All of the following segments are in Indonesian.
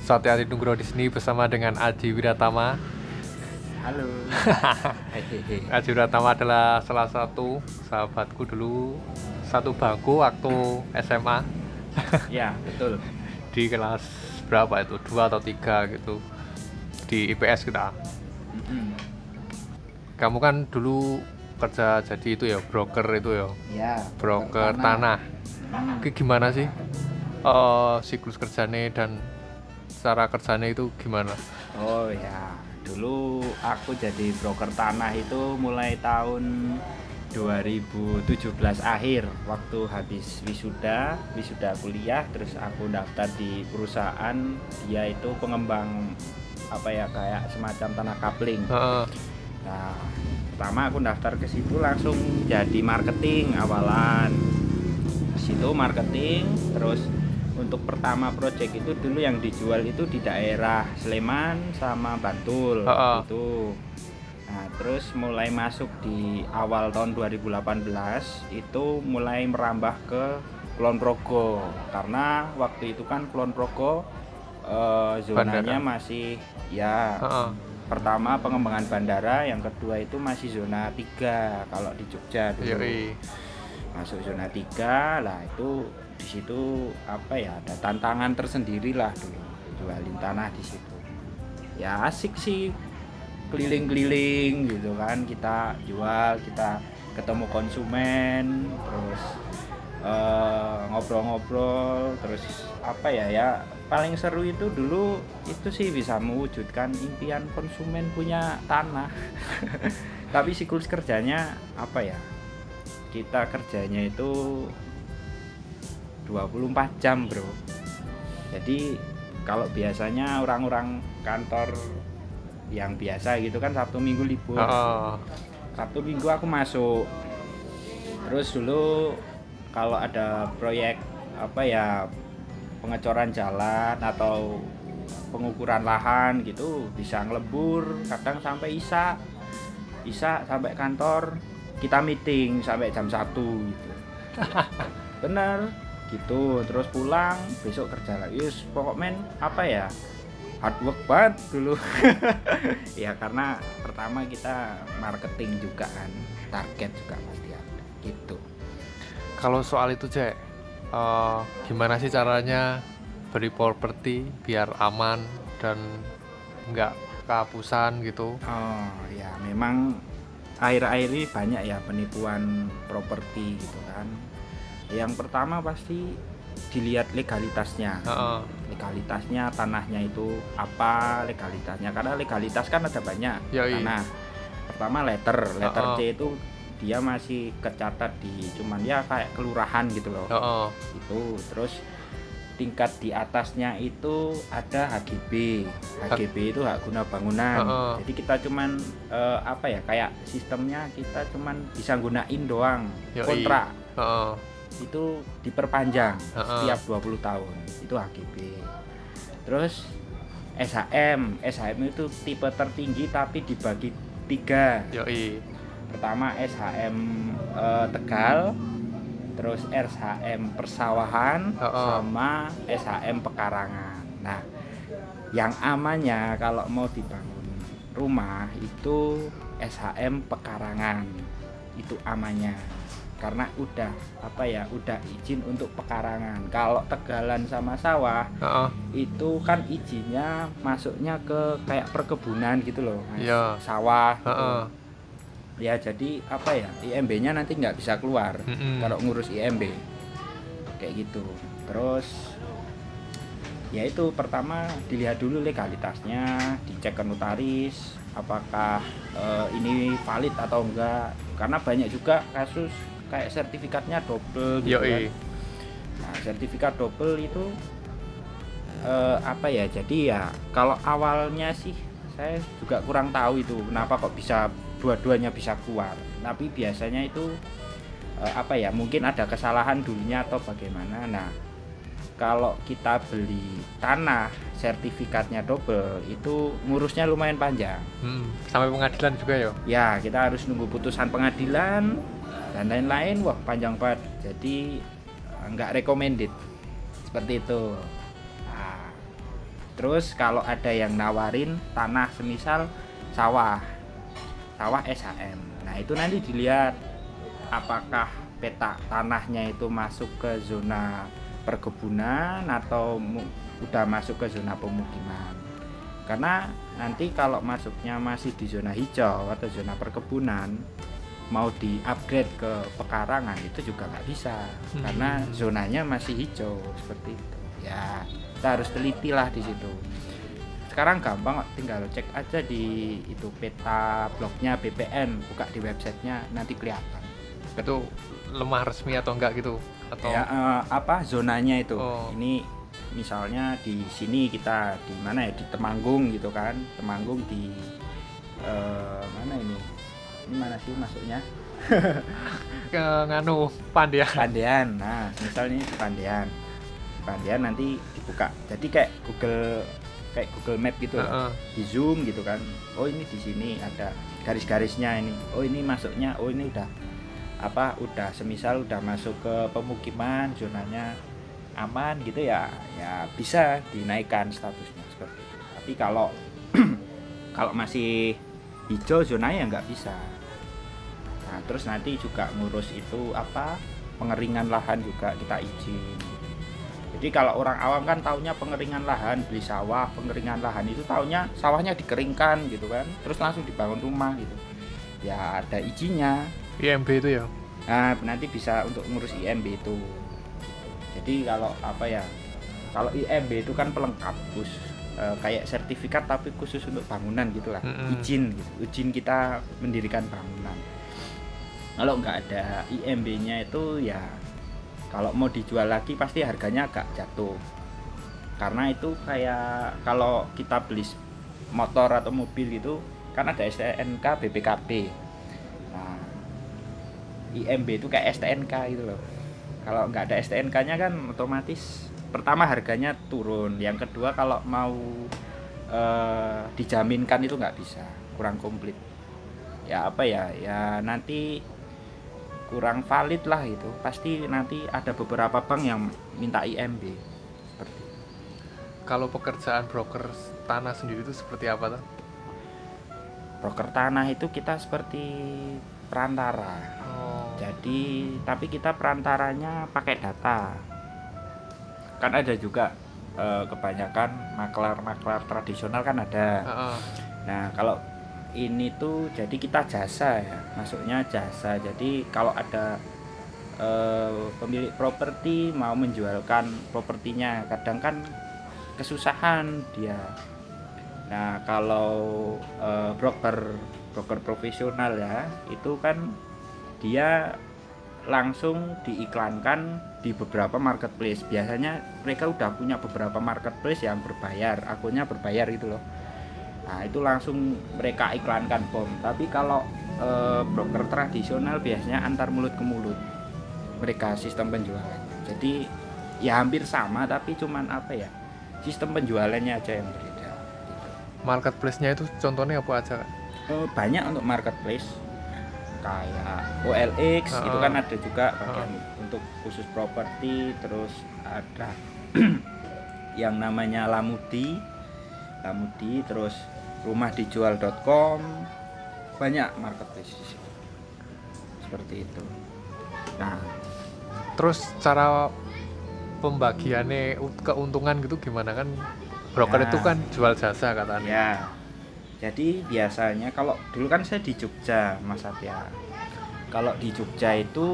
Satya Adi Nugroho di sini bersama dengan Aji Wiratama. Halo. Hehehe. Aji Wiratama adalah salah satu sahabatku dulu, satu bangku waktu SMA Ya, betul. di kelas berapa itu, 2 atau 3 gitu, di IPS kita. Mm-mm. Kamu kan dulu kerja jadi itu ya, broker itu ya, Ya, broker tanah. Gimana sih siklus kerjanya dan cara kerjanya itu gimana? Oh ya, dulu aku jadi broker tanah itu mulai tahun 2017 akhir, waktu habis wisuda kuliah, terus aku daftar di perusahaan, dia itu pengembang apa ya, kayak semacam tanah kapling. Heeh. Nah, pertama aku daftar ke situ langsung jadi marketing awalan. Di situ marketing, terus untuk pertama project itu dulu yang dijual itu di daerah Sleman sama Bantul itu. Nah, terus mulai masuk di awal tahun 2018 itu mulai merambah ke Kulon Progo, karena waktu itu kan Kulon Progo zonanya Bandara. masih ya. Heeh. Pertama pengembangan bandara, yang kedua itu masih zona 3 kalau di Jogja dulu. Yoi. Masuk zona 3 lah, itu di situ apa ya, ada tantangan tersendiri lah dulu jualin tanah di situ. Ya asik sih, keliling-keliling gitu kan, kita jual, kita ketemu konsumen, terus ngobrol-ngobrol, terus apa ya paling seru itu dulu itu sih bisa mewujudkan impian konsumen punya tanah. Tapi siklus kerjanya apa ya, kita kerjanya itu 24 jam bro. Jadi kalau biasanya orang-orang kantor yang biasa gitu kan Sabtu Minggu libur, Sabtu Minggu aku masuk. Terus dulu kalau ada proyek apa ya, pengecoran jalan atau pengukuran lahan gitu, bisa ngelebur kadang sampai Isa sampai kantor, kita meeting sampai jam 1 gitu. Bener gitu, terus pulang besok kerja lagi. Pokok men apa ya, hard work banget dulu. Ya karena pertama kita marketing juga kan, target juga pasti ada gitu. Kalau soal itu Cek, gimana sih caranya beli properti biar aman dan nggak kehabisan gitu? Oh ya, memang akhir-akhir ini banyak ya penipuan properti gitu kan. Yang pertama pasti dilihat legalitasnya. Legalitasnya tanahnya itu apa legalitasnya, karena legalitas kan ada banyak. Yoi. Tanah pertama letter C itu dia masih kecatat di cuman ya kayak kelurahan gitu loh. Itu terus tingkat di atasnya itu ada HGB itu hak guna bangunan. Jadi kita cuman apa ya, kayak sistemnya kita cuman bisa gunain doang. Yoi. Kontrak itu diperpanjang setiap 20 tahun, itu HGB. Terus SHM itu tipe tertinggi tapi dibagi 3. Yoi. Pertama SHM Tegal, terus SHM Persawahan, sama SHM Pekarangan. Nah, yang amannya kalau mau dibangun rumah itu SHM Pekarangan, itu amannya karena udah apa ya, udah izin untuk pekarangan. Kalau Tegalan sama sawah itu kan izinnya masuknya ke kayak perkebunan gitu loh, Iya. sawah gitu. Ya jadi apa ya, IMB-nya nanti nggak bisa keluar kalau ngurus IMB kayak gitu. Terus ya itu pertama dilihat dulu legalitasnya, dicek ke notaris apakah ini valid atau enggak, karena banyak juga kasus kayak sertifikatnya double gitu kan. Nah, sertifikat double itu apa ya, jadi ya kalau awalnya sih saya juga kurang tahu itu kenapa kok bisa dua-duanya bisa keluar, tapi biasanya itu apa ya, mungkin ada kesalahan dulunya atau bagaimana. Nah, kalau kita beli tanah sertifikatnya double itu ngurusnya lumayan panjang. Sampai pengadilan juga ya? Ya, kita harus nunggu putusan pengadilan dan lain-lain, wah panjang banget. Jadi nggak recommended seperti itu. Nah, Terus kalau ada yang nawarin tanah semisal sawah SHM, nah itu nanti dilihat apakah peta tanahnya itu masuk ke zona perkebunan atau udah masuk ke zona pemukiman. Karena nanti kalau masuknya masih di zona hijau atau zona perkebunan, mau di upgrade ke pekarangan itu juga nggak bisa, karena zonanya masih hijau seperti itu. Ya kita harus teliti lah di situ. Sekarang gampang, tinggal cek aja di itu peta bloknya BPN, buka di websitenya nanti kelihatan. Itu lemah resmi atau enggak gitu? Atau ya apa zonanya itu? Oh. Ini misalnya di sini kita di mana ya, di Temanggung gitu kan, Temanggung di mana ini mana sih masuknya? ke nganu Pandian. Pandian. Nah misalnya di Pandian nanti dibuka jadi kayak Google Map gitu loh. Di zoom gitu kan, oh ini di sini ada garis-garisnya ini, oh ini masuknya, oh ini udah semisal udah masuk ke pemukiman, zonanya aman gitu ya bisa dinaikkan statusnya seperti itu. Tapi kalau kalau masih hijau zonanya nggak bisa. Nah terus nanti juga ngurus itu pengeringan lahan juga kita izin. Jadi kalau orang awam kan taunya pengeringan lahan, beli sawah, pengeringan lahan itu taunya sawahnya dikeringkan gitu kan, terus langsung dibangun rumah gitu. Ya ada izinnya. IMB itu ya? Nah nanti bisa untuk ngurus IMB itu. Jadi kalau kalau IMB itu kan pelengkap, kayak sertifikat tapi khusus untuk bangunan gitulah, izin gitu. Izin kita mendirikan bangunan. Kalau nggak ada IMB-nya itu ya kalau mau dijual lagi pasti harganya agak jatuh, karena itu kayak kalau kita beli motor atau mobil gitu kan ada STNK BPKB. Nah IMB itu kayak STNK gitu loh. Kalau nggak ada STNK-nya kan otomatis pertama harganya turun, yang kedua kalau mau dijaminkan itu nggak bisa, kurang komplit. Ya nanti kurang valid lah itu. Pasti nanti ada beberapa bank yang minta IMB seperti. Kalau pekerjaan broker tanah sendiri itu seperti apa tuh? Broker tanah itu kita seperti perantara. Jadi tapi kita perantaranya pakai data. Kan ada juga kebanyakan maklar tradisional kan ada. Nah kalau ini tuh jadi kita jasa ya, masuknya jasa. Jadi kalau ada pemilik properti mau menjualkan propertinya, kadang kan kesusahan dia. Nah kalau broker profesional ya, itu kan dia langsung diiklankan di beberapa marketplace. Biasanya mereka udah punya beberapa marketplace yang berbayar, akunnya berbayar gitu loh. Nah itu langsung mereka iklankan bom. Tapi kalau broker tradisional biasanya antar mulut ke mulut mereka sistem penjualan. Jadi ya hampir sama, tapi cuman sistem penjualannya aja yang berbeda gitu. Marketplace-nya itu contohnya apa aja? Banyak untuk marketplace kayak OLX itu kan ada juga bagian untuk khusus properti. Terus ada yang namanya Lamudi, terus rumahdijual.com, banyak marketplace seperti itu. Nah terus cara pembagiannya keuntungan gitu gimana, kan broker itu kan jual jasa katanya ya. Jadi biasanya kalau dulu kan saya di Jogja Mas Satya, kalau di Jogja itu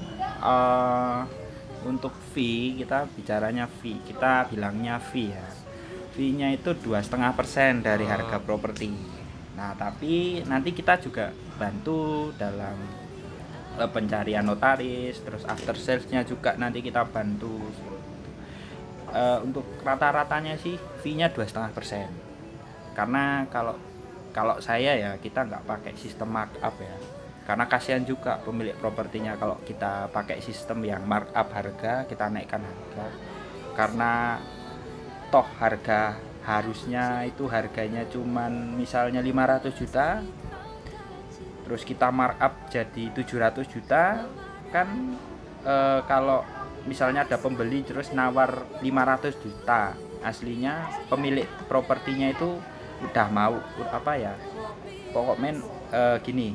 untuk fee, kita bicaranya fee, kita bilangnya fee ya, fee-nya itu 2,5% dari harga properti. Nah tapi nanti kita juga bantu dalam pencarian notaris, terus after sales-nya juga nanti kita bantu. Untuk rata-ratanya sih fee-nya 2,5%. Karena kalau saya ya kita nggak pakai sistem markup ya, karena kasihan juga pemilik propertinya kalau kita pakai sistem yang markup harga, kita naikkan harga. Karena toh harga harusnya itu harganya cuman misalnya 500 juta, terus kita markup jadi 700 juta kan. Kalau misalnya ada pembeli terus nawar 500 juta, aslinya pemilik propertinya itu udah mau apa ya, pokoknya gini,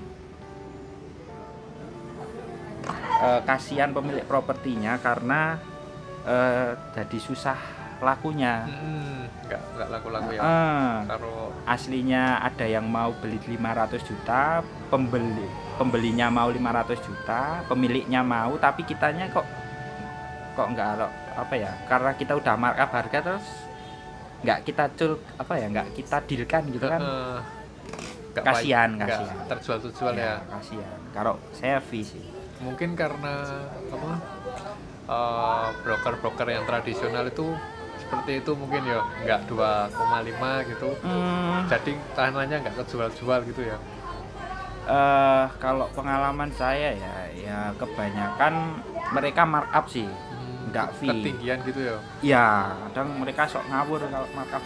kasihan pemilik propertinya karena jadi susah lakunya. Nggak laku-laku ya. Kalau aslinya ada yang mau beli 500 juta, pembelinya mau 500 juta, pemiliknya mau, tapi kitanya kok nggak apa ya, karena kita udah markup harga terus nggak kita nggak kita dealkan gitu kan. Kasihan terjual ya. Kasihan kalau saya fee sih. Mungkin karena apa, broker-broker yang tradisional itu seperti itu mungkin ya, nggak 2,5 gitu. Jadi tanahnya nggak kejual-jual gitu ya. Kalau pengalaman saya ya kebanyakan mereka markup sih, nggak fee. Ketinggian gitu ya. Ya, kadang mereka sok ngawur kalau markup.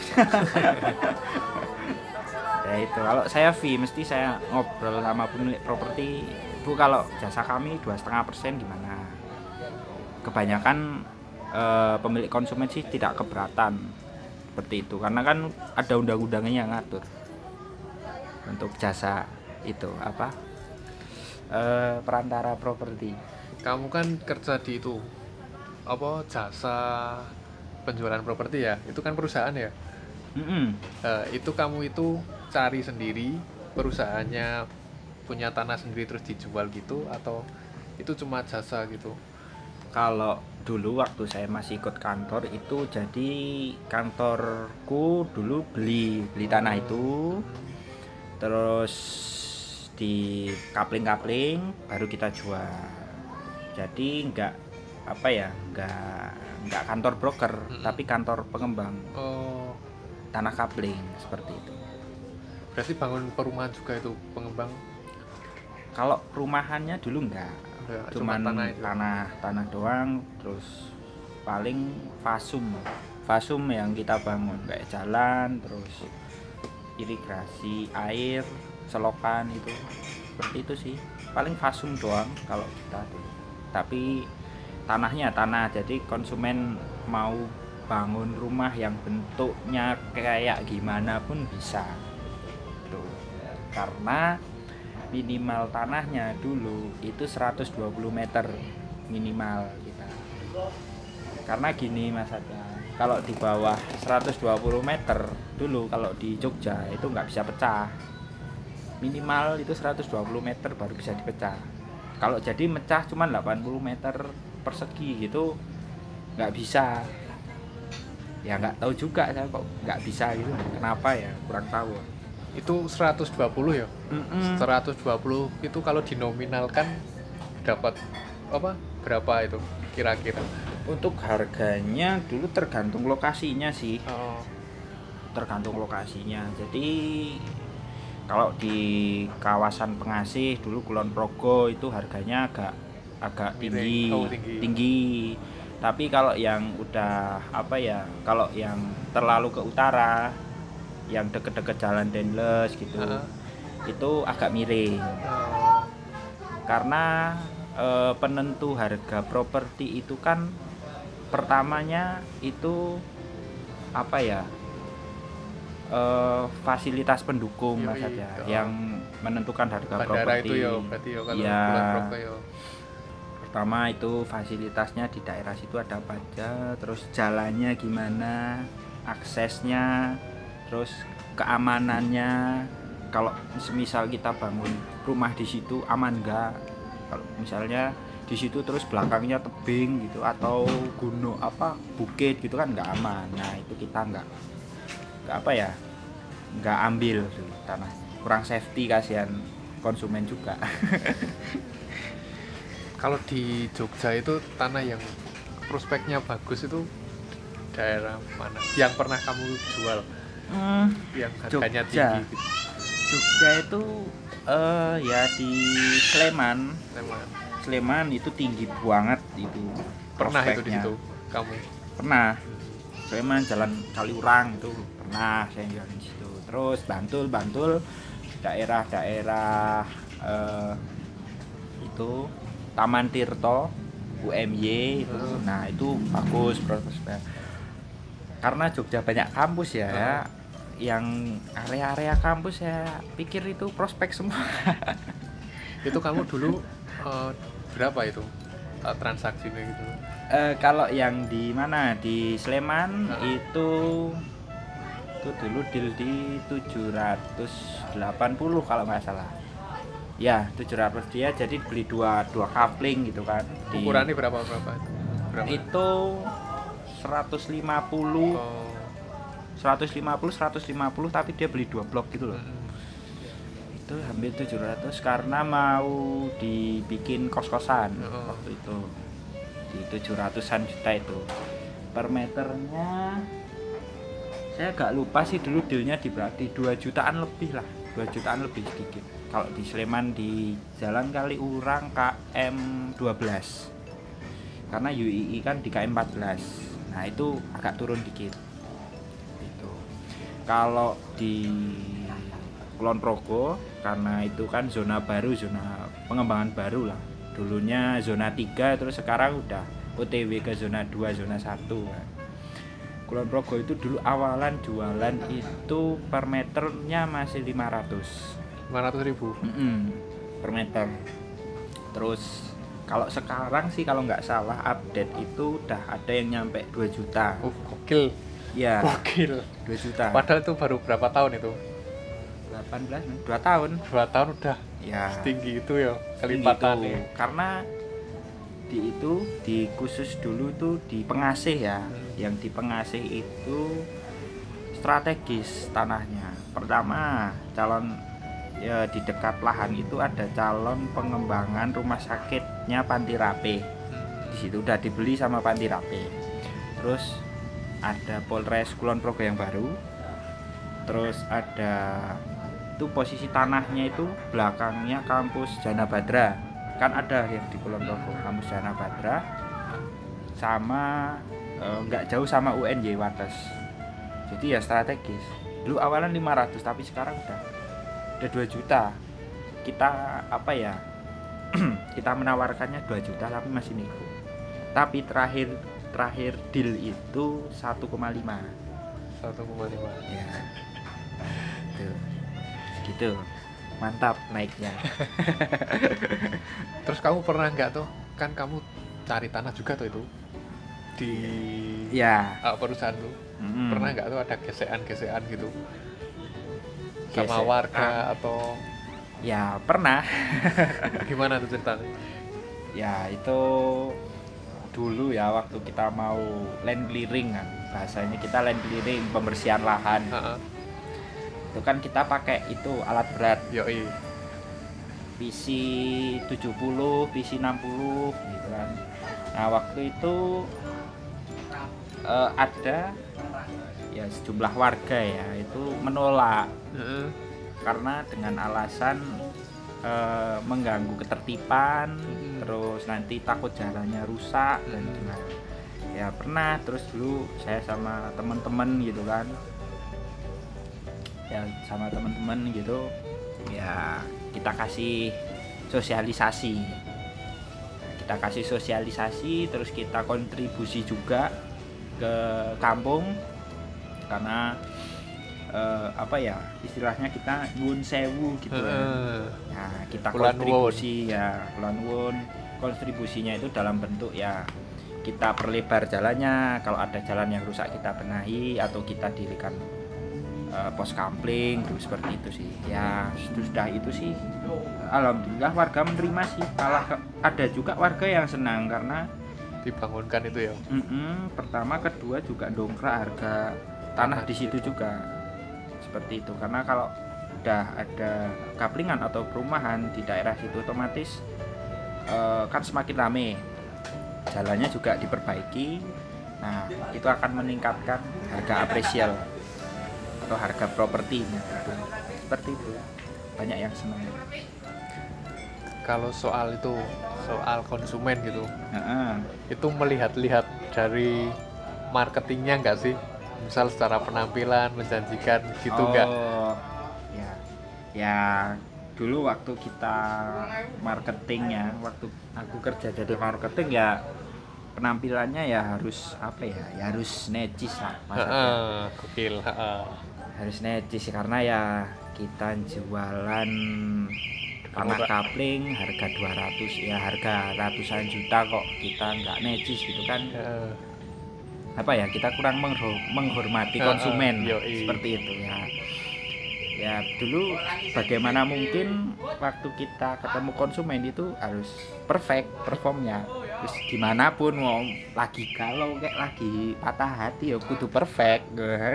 Ya itu, kalau saya fee mesti saya ngobrol sama pemilik properti, Bu kalau jasa kami 2,5% gimana. Kebanyakan pemilik konsumen sih tidak keberatan seperti itu, karena kan ada undang-undangnya yang ngatur untuk jasa itu apa, perantara properti. Kamu kan kerja di itu apa, jasa penjualan properti ya, itu kan perusahaan ya. Itu kamu itu cari sendiri, perusahaannya punya tanah sendiri terus dijual gitu, atau itu cuma jasa gitu? Kalau dulu waktu saya masih ikut kantor itu, jadi kantorku dulu beli tanah itu, terus di kapling-kapling baru kita jual. Jadi nggak kantor broker, tapi kantor pengembang tanah kapling seperti itu. Berarti bangun perumahan juga itu pengembang? Kalau perumahannya dulu enggak, cuman tanah doang. Terus paling fasum yang kita bangun kayak jalan, terus irigasi air, selokan itu, seperti itu sih. Paling fasum doang kalau kita tuh. Tapi tanahnya tanah, jadi konsumen mau bangun rumah yang bentuknya kayak gimana pun bisa tuh. Karena minimal tanahnya dulu itu 120 meter minimal kita. Karena gini Mas Adnan, kalau di bawah 120 meter dulu kalau di Jogja itu nggak bisa pecah. Minimal itu 120 meter baru bisa dipecah. Kalau jadi mecah cuma 80 meter persegi gitu nggak bisa. Ya nggak tahu juga saya kok nggak bisa gitu, kenapa ya, kurang tahu. Itu 120 ya? 120 itu kalau dinominalkan dapat apa, berapa itu kira-kira? Untuk harganya dulu tergantung lokasinya sih. Tergantung lokasinya. Jadi kalau di kawasan Pengasih dulu Kulon Progo itu harganya agak tinggi. Tapi kalau yang udah kalau yang terlalu ke utara, yang deket-deket jalan Dendles gitu, itu agak miring. Karena penentu harga properti itu kan pertamanya itu fasilitas pendukung Mas aja yang menentukan harga properti. Itu ya berarti ya kalau Kulon Progo ya. Pertama itu fasilitasnya di daerah situ ada apa aja, terus jalannya gimana, aksesnya, terus keamanannya. Kalau misal kita bangun rumah di situ aman enggak? Kalau misalnya di situ terus belakangnya tebing gitu atau gunung bukit gitu kan nggak aman. Nah itu kita nggak ambil tanah, kurang safety, kasihan konsumen juga. Kalau di Jogja itu tanah yang prospeknya bagus itu daerah mana yang pernah kamu jual? Yang harganya tinggi gitu. Jogja itu ya di Sleman itu tinggi banget itu. Pernah itu di situ kamu? Pernah. Sleman Jalan Kaliurang itu pernah saya jual di situ. Terus Bantul daerah-daerah itu Taman Tirto, UMY itu. Nah, itu bagus prospeknya. karena Jogja banyak kampus ya, yang area-area kampus saya pikir itu prospek semua. Itu kamu dulu berapa itu transaksinya gitu? Kalau yang di mana di Sleman itu dulu deal di 780 kalau nggak salah. Ya 700 dia, jadi beli dua coupling gitu kan. Ukurannya berapa? Itu 150 150 tapi dia beli 2 blok gitu loh. Itu hampir 700 karena mau dibikin kos-kosan waktu itu. Di 700-an juta itu. Per meternya saya agak lupa sih dulu dealnya di berarti 2 jutaan lebih lah. 2 jutaan lebih sedikit. Kalau di Sleman di Jalan Kaliurang KM 12. Karena UII kan di KM 14. Nah, itu agak turun dikit. Itu. Kalau di Kulon Progo karena itu kan zona baru, zona pengembangan baru lah. Dulunya zona 3 terus sekarang udah OTW ke zona 2, zona 1 kan. Kulon Progo itu dulu awalan jualan itu per meternya masih 500.000 per meter. Terus kalau sekarang sih kalau nggak salah update itu udah ada yang nyampe 2 juta. Gokil. Ya. Gokil. 2 juta. Padahal itu baru berapa tahun itu? 18, 2 tahun. 2 tahun udah. Ya. Setinggi itu ya kelipatannya. Karena di khusus dulu tuh di Pengasih ya. Yang di Pengasih itu strategis tanahnya. Pertama, calon ya di dekat lahan itu ada calon pengembangan rumah sakitnya Panti Rape. Di situ udah dibeli sama Panti Rape. Terus ada Polres Kulon Progo yang baru. Terus ada itu posisi tanahnya itu belakangnya kampus Jana Badra. Kan ada yang di Kulon Progo, kampus Jana Badra. Sama nggak jauh sama UNY Wates. Jadi ya strategis. Dulu awalan 500 tapi sekarang udah 2 juta. Kita apa ya? Kita menawarkannya 2 juta tapi masih nego. Tapi terakhir deal itu 1,5. 1,5. Ya. Tuh. Gitu. Mantap naiknya. Terus kamu pernah nggak tuh? Kan kamu cari tanah juga tuh itu di perusahaan tuh. Pernah nggak tuh ada gesekan gitu sama warga atau? Ya pernah. Gimana tuh ceritanya? Ya itu dulu ya waktu kita mau land clearing kan, bahasanya kita land clearing, pembersihan lahan. Itu kan kita pakai itu alat berat. Yoi. PC 70, PC 60 gitu kan. Nah waktu itu ada ya sejumlah warga ya itu menolak karena dengan alasan mengganggu ketertiban, terus nanti takut jalannya rusak dan gimana. Ya pernah, terus dulu saya sama teman-teman gitu kan, ya sama teman-teman gitu ya kita kasih sosialisasi, terus kita kontribusi juga ke kampung karena apa ya istilahnya kita nyuwun sewu gitu ya. Nah, kita kontribusi ya kontribusinya itu dalam bentuk ya kita perlebar jalannya, kalau ada jalan yang rusak kita benahi atau kita dirikan pos kampling terus seperti itu sih. Ya sudah itu sih alhamdulillah warga menerima sih, malah ada juga warga yang senang karena dibangunkan itu ya. Pertama, kedua juga dongkrak harga tanah di situ juga seperti itu, karena kalau udah ada kaplingan atau perumahan di daerah situ otomatis kan semakin rame, jalannya juga diperbaiki. Nah itu akan meningkatkan harga apresial atau harga propertinya gitu. Seperti itu, banyak yang senang. Kalau soal konsumen gitu, itu melihat-lihat dari marketingnya nggak sih? Misal secara penampilan menjanjikan gitu nggak? Ya dulu waktu kita marketingnya, waktu aku kerja jadi marketing ya penampilannya ya harus apa ya, ya harus necis lah maksudnya. Gokil. Harus necis karena ya kita jualan tanah kapling harga 200 ya, harga ratusan juta kok kita nggak necis gitu kan. Apa ya, kita kurang menghormati konsumen. Seperti itu ya. Ya dulu bagaimana mungkin waktu kita ketemu konsumen itu harus perfect performnya. Terus gimana pun mau lagi galau kayak lagi patah hati ya kudu perfect kan.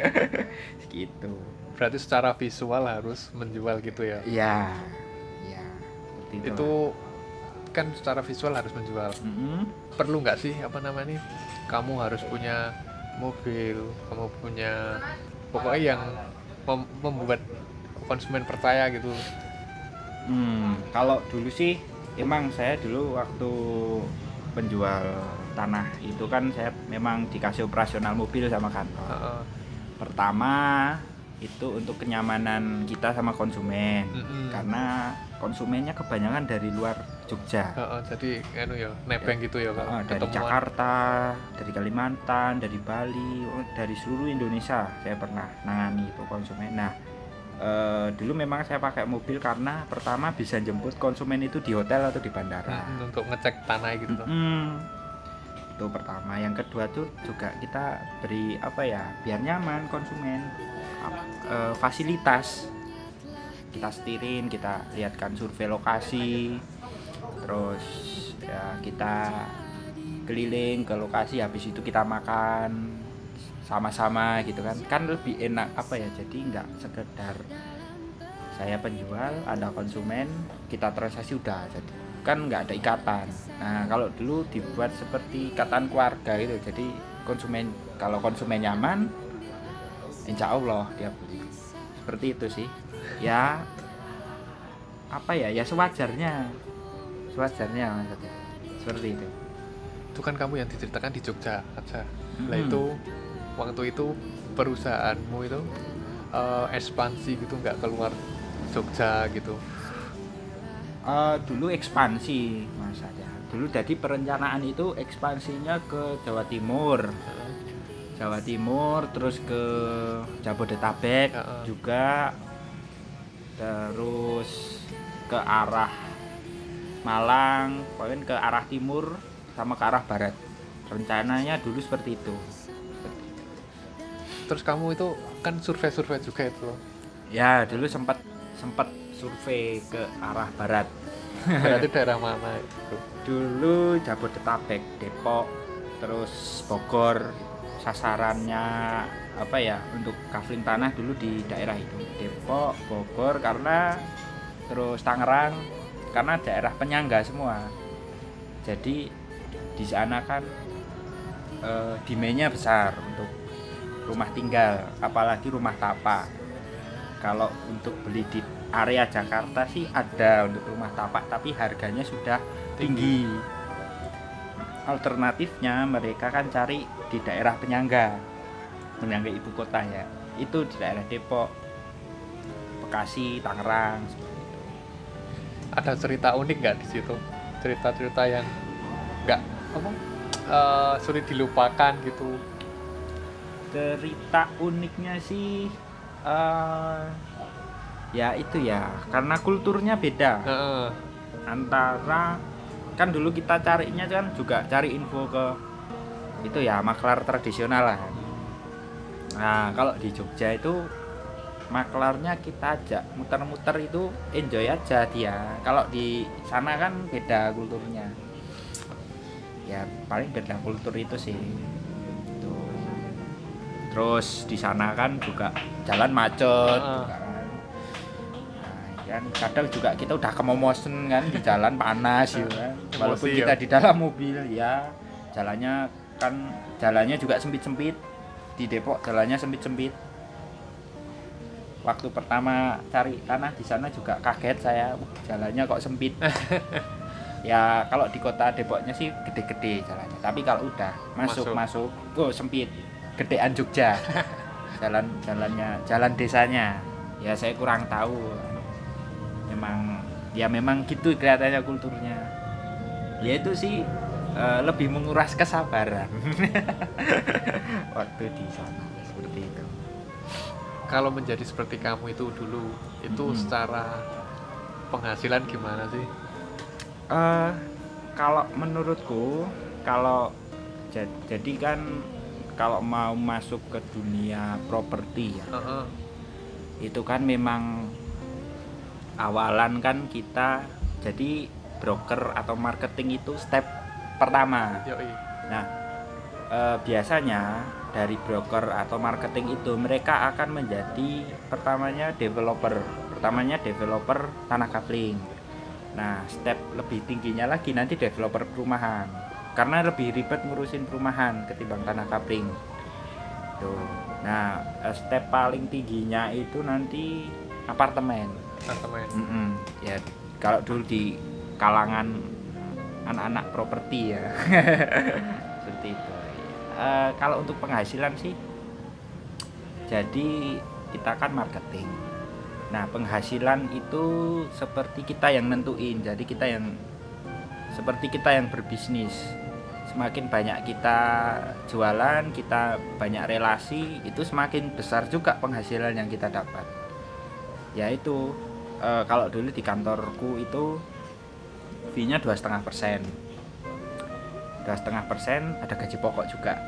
Gitu. Berarti secara visual harus menjual gitu ya. Iya. Ya. Itu kan secara visual harus menjual. Perlu nggak sih apa namanya? Kamu harus punya mobil, kamu punya pokoknya yang membuat konsumen percaya gitu. Kalau dulu sih emang saya dulu waktu penjual tanah itu kan saya memang dikasih operasional mobil sama kantor. Pertama itu untuk kenyamanan kita sama konsumen, karena konsumennya kebanyakan dari luar Jogja. Jadi nebeng gitu ya Pak. Dari Jakarta, dari Kalimantan, dari Bali, dari seluruh Indonesia saya pernah nangani itu konsumen. Nah, dulu memang saya pakai mobil karena pertama bisa jemput konsumen itu di hotel atau di bandara. Untuk ngecek tanah gitu. Itu pertama. Yang kedua tuh juga kita beri apa ya, biar nyaman konsumen. Fasilitas kita setirin, kita lihatkan survei lokasi, terus ya kita keliling ke lokasi, habis itu kita makan sama-sama gitu kan lebih enak apa ya, jadi nggak sekedar saya penjual ada konsumen kita transaksi udah, jadi kan nggak ada ikatan. Nah kalau dulu dibuat seperti ikatan keluarga gitu, jadi kalau konsumen nyaman insya Allah dia beli. Seperti itu sih ya, apa ya, ya sewajarnya maksudnya seperti itu. Itu kan kamu yang diceritakan di Jogja aja. Lah itu waktu itu perusahaanmu itu ekspansi gitu nggak keluar Jogja gitu? Dulu ekspansi mas aja. Dulu jadi perencanaan itu ekspansinya ke Jawa Timur, terus ke Jabodetabek juga, terus ke arah Malang, poin ke arah timur sama ke arah barat. Rencananya dulu seperti itu. Terus kamu itu kan survei juga itu loh. Ya dulu sempat survei ke arah barat. Berarti daerah mana itu? Dulu Jabodetabek, Depok, terus Bogor. Sasarannya apa ya, untuk kafling tanah dulu di daerah itu Depok, Bogor, karena terus Tangerang, karena daerah penyangga semua. Jadi di sana kan demand-nya besar untuk rumah tinggal, apalagi rumah tapak. Kalau untuk beli di area Jakarta sih ada untuk rumah tapak, tapi harganya sudah tinggi. Alternatifnya mereka kan cari di daerah penyangga ibu kota ya, itu di daerah Depok, Bekasi, Tangerang seperti itu. Ada cerita unik nggak di situ? Cerita yang nggak sulit dilupakan gitu? Cerita uniknya sih ya itu ya, karena kulturnya beda. Antara kan dulu kita carinya kan juga cari info ke itu ya, maklar tradisional lah. Nah kalau di Jogja itu maklarnya kita ajak muter-muter, itu enjoy aja dia. Kalau di sana kan beda kulturnya ya, paling beda kultur itu sih itu. Terus di sana kan juga jalan macet kan, kadang juga kita udah kemomosen kan di jalan panas gitu kan, walaupun kita di dalam mobil ya. Jalannya juga sempit-sempit di Depok, jalannya sempit-sempit. Waktu pertama cari tanah di sana juga kaget saya, jalannya kok sempit. Ya kalau di kota Depoknya sih gede-gede jalannya, tapi kalau udah masuk sempit, gedean Jogja. Jalan desanya ya saya kurang tahu. Memang gitu kelihatannya kulturnya. Ya itu sih lebih menguras kesabaran waktu di sana seperti itu. Kalau menjadi seperti kamu itu dulu, itu secara penghasilan gimana sih? Kalau menurutku, kalau jadi kan kalau mau masuk ke dunia properti ya, itu kan memang awalan kan kita jadi broker atau marketing itu step pertama. Yoi. Nah, biasanya dari broker atau marketing itu mereka akan menjadi pertamanya developer tanah kapling. Nah, step lebih tingginya lagi nanti developer perumahan, karena lebih ribet ngurusin perumahan ketimbang tanah kapling. Tuh. Nah, step paling tingginya itu nanti apartemen. Ya, kalau dulu di kalangan anak-anak properti ya. Seperti itu. Kalau untuk penghasilan sih, jadi kita kan marketing. Nah, penghasilan itu seperti kita yang nentuin. Jadi seperti kita yang berbisnis. Semakin banyak kita jualan, kita banyak relasi, itu semakin besar juga penghasilan yang kita dapat. Yaitu kalau dulu di kantorku itu fee-nya 2,5%. 2,5% ada gaji pokok juga.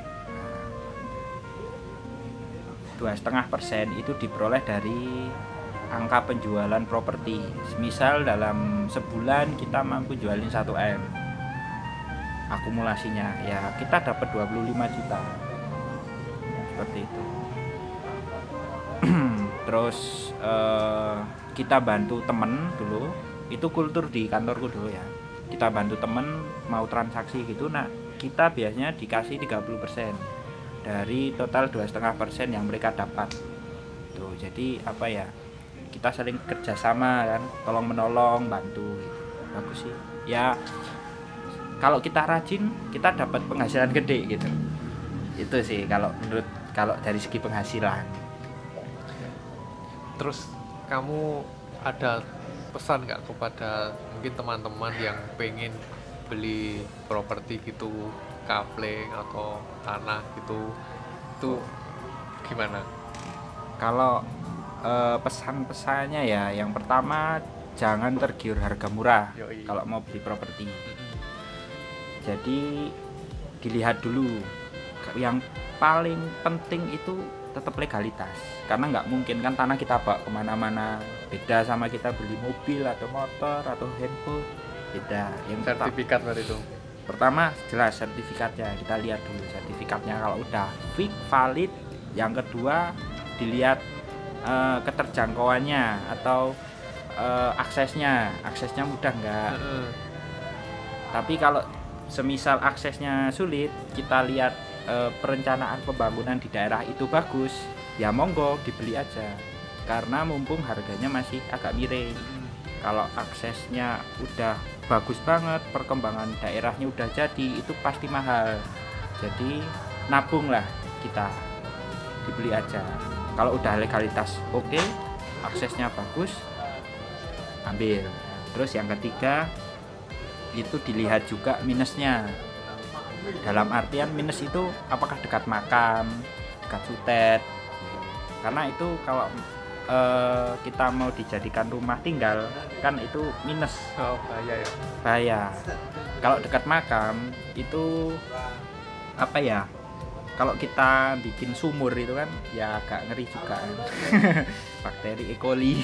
2,5% itu diperoleh dari angka penjualan properti. Misal dalam sebulan kita mampu jualin 1M, akumulasinya ya kita dapat 25 juta seperti itu. Terus kita bantu temen dulu, itu kultur di kantorku dulu ya, kita bantu temen mau transaksi gitu. Nah, kita biasanya dikasih 30% dari total 2,5% yang mereka dapat tuh. Jadi apa ya, kita saling kerjasama kan, tolong menolong, bantu gitu. Bagus sih ya, kalau kita rajin kita dapat penghasilan gede gitu. Itu sih kalau dari segi penghasilan. Terus kamu ada pesan nggak kepada mungkin teman-teman yang pengen beli properti gitu, kapling atau tanah gitu, itu gimana? Kalau pesan-pesannya ya, yang pertama jangan tergiur harga murah. Yoi. Kalau mau beli properti. Jadi dilihat dulu. Yang paling penting itu tetap legalitas, karena nggak mungkin kan tanah kita bawa kemana-mana. Beda sama kita beli mobil atau motor atau handphone, beda. Yang Sertifikat berarti itu. pertama jelas sertifikatnya, kita lihat dulu sertifikatnya. Kalau udah fix valid, yang kedua dilihat keterjangkauannya atau aksesnya mudah nggak. Tapi kalau semisal aksesnya sulit, kita lihat perencanaan pembangunan di daerah itu bagus, ya monggo dibeli aja, karena mumpung harganya masih agak miring. Kalau aksesnya udah bagus banget, perkembangan daerahnya udah jadi, itu pasti mahal. Jadi nabung lah kita, dibeli aja. Kalau udah legalitas oke, aksesnya bagus, ambil. Terus yang ketiga itu dilihat juga minusnya. Dalam artian minus itu apakah dekat makam, dekat sutet. Karena itu kalau kita mau dijadikan rumah tinggal kan itu minus. Oh, bahaya ya. Bahaya. Kalau dekat makam itu apa ya? Kalau kita bikin sumur itu kan ya agak ngeri juga. Bakteri E. coli.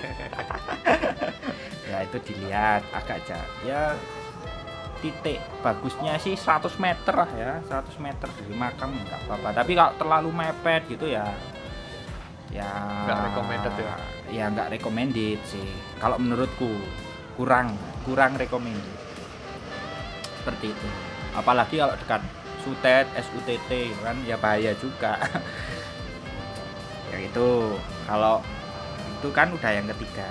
Ya itu dilihat agak ya, titik bagusnya sih 100 meter lah ya, 100 meter dari makam enggak apa-apa. Tapi kalau terlalu mepet gitu ya Nggak recommended ya? Ya nggak recommended sih. Kalau menurutku kurang recommended. Seperti itu. Apalagi kalau dekat sutet, SUTT kan ya bahaya juga. Ya itu, kalau itu kan udah yang ketiga.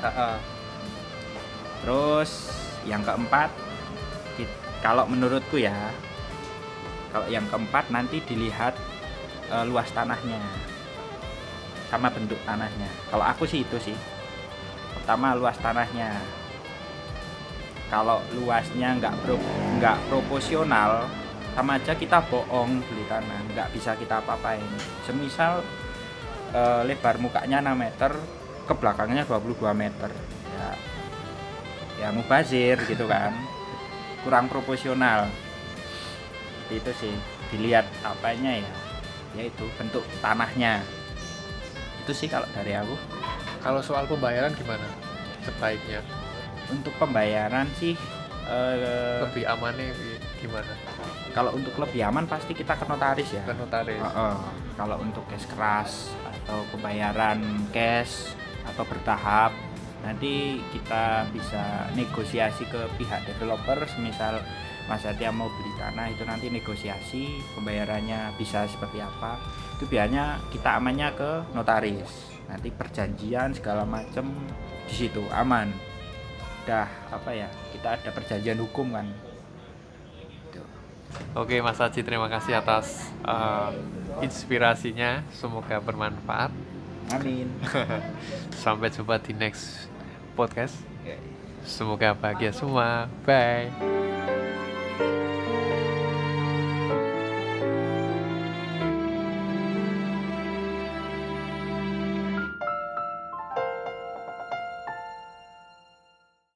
Terus yang keempat, kalau menurutku ya, kalau yang keempat nanti dilihat luas tanahnya sama bentuk tanahnya. Kalau aku sih itu sih, pertama luas tanahnya. Kalau luasnya nggak nggak proporsional, sama aja kita bohong beli tanah, nggak bisa kita apa-apain. Semisal lebar mukanya 6 meter, ke belakangnya 22 meter, ya mubazir gitu kan, kurang proporsional. Itu sih dilihat apanya ya itu bentuk tanahnya. Itu sih kalau dari aku. Kalau soal pembayaran gimana sebaiknya? Untuk pembayaran sih Lebih amannya gimana? kalau untuk lebih aman pasti kita ke notaris ya. Ke notaris. Kalau untuk cash keras atau pembayaran cash atau bertahap, nanti kita bisa negosiasi ke pihak developer. Misal Mas Satya mau beli tanah, itu nanti negosiasi pembayarannya bisa seperti apa. Itu biasanya kita amannya ke notaris. Nanti perjanjian segala macam di situ aman. Udah kita ada perjanjian hukum kan. Oke Mas Aji, terima kasih atas inspirasinya, semoga bermanfaat. Amin. Sampai jumpa di next podcast. Semoga bahagia semua. Bye.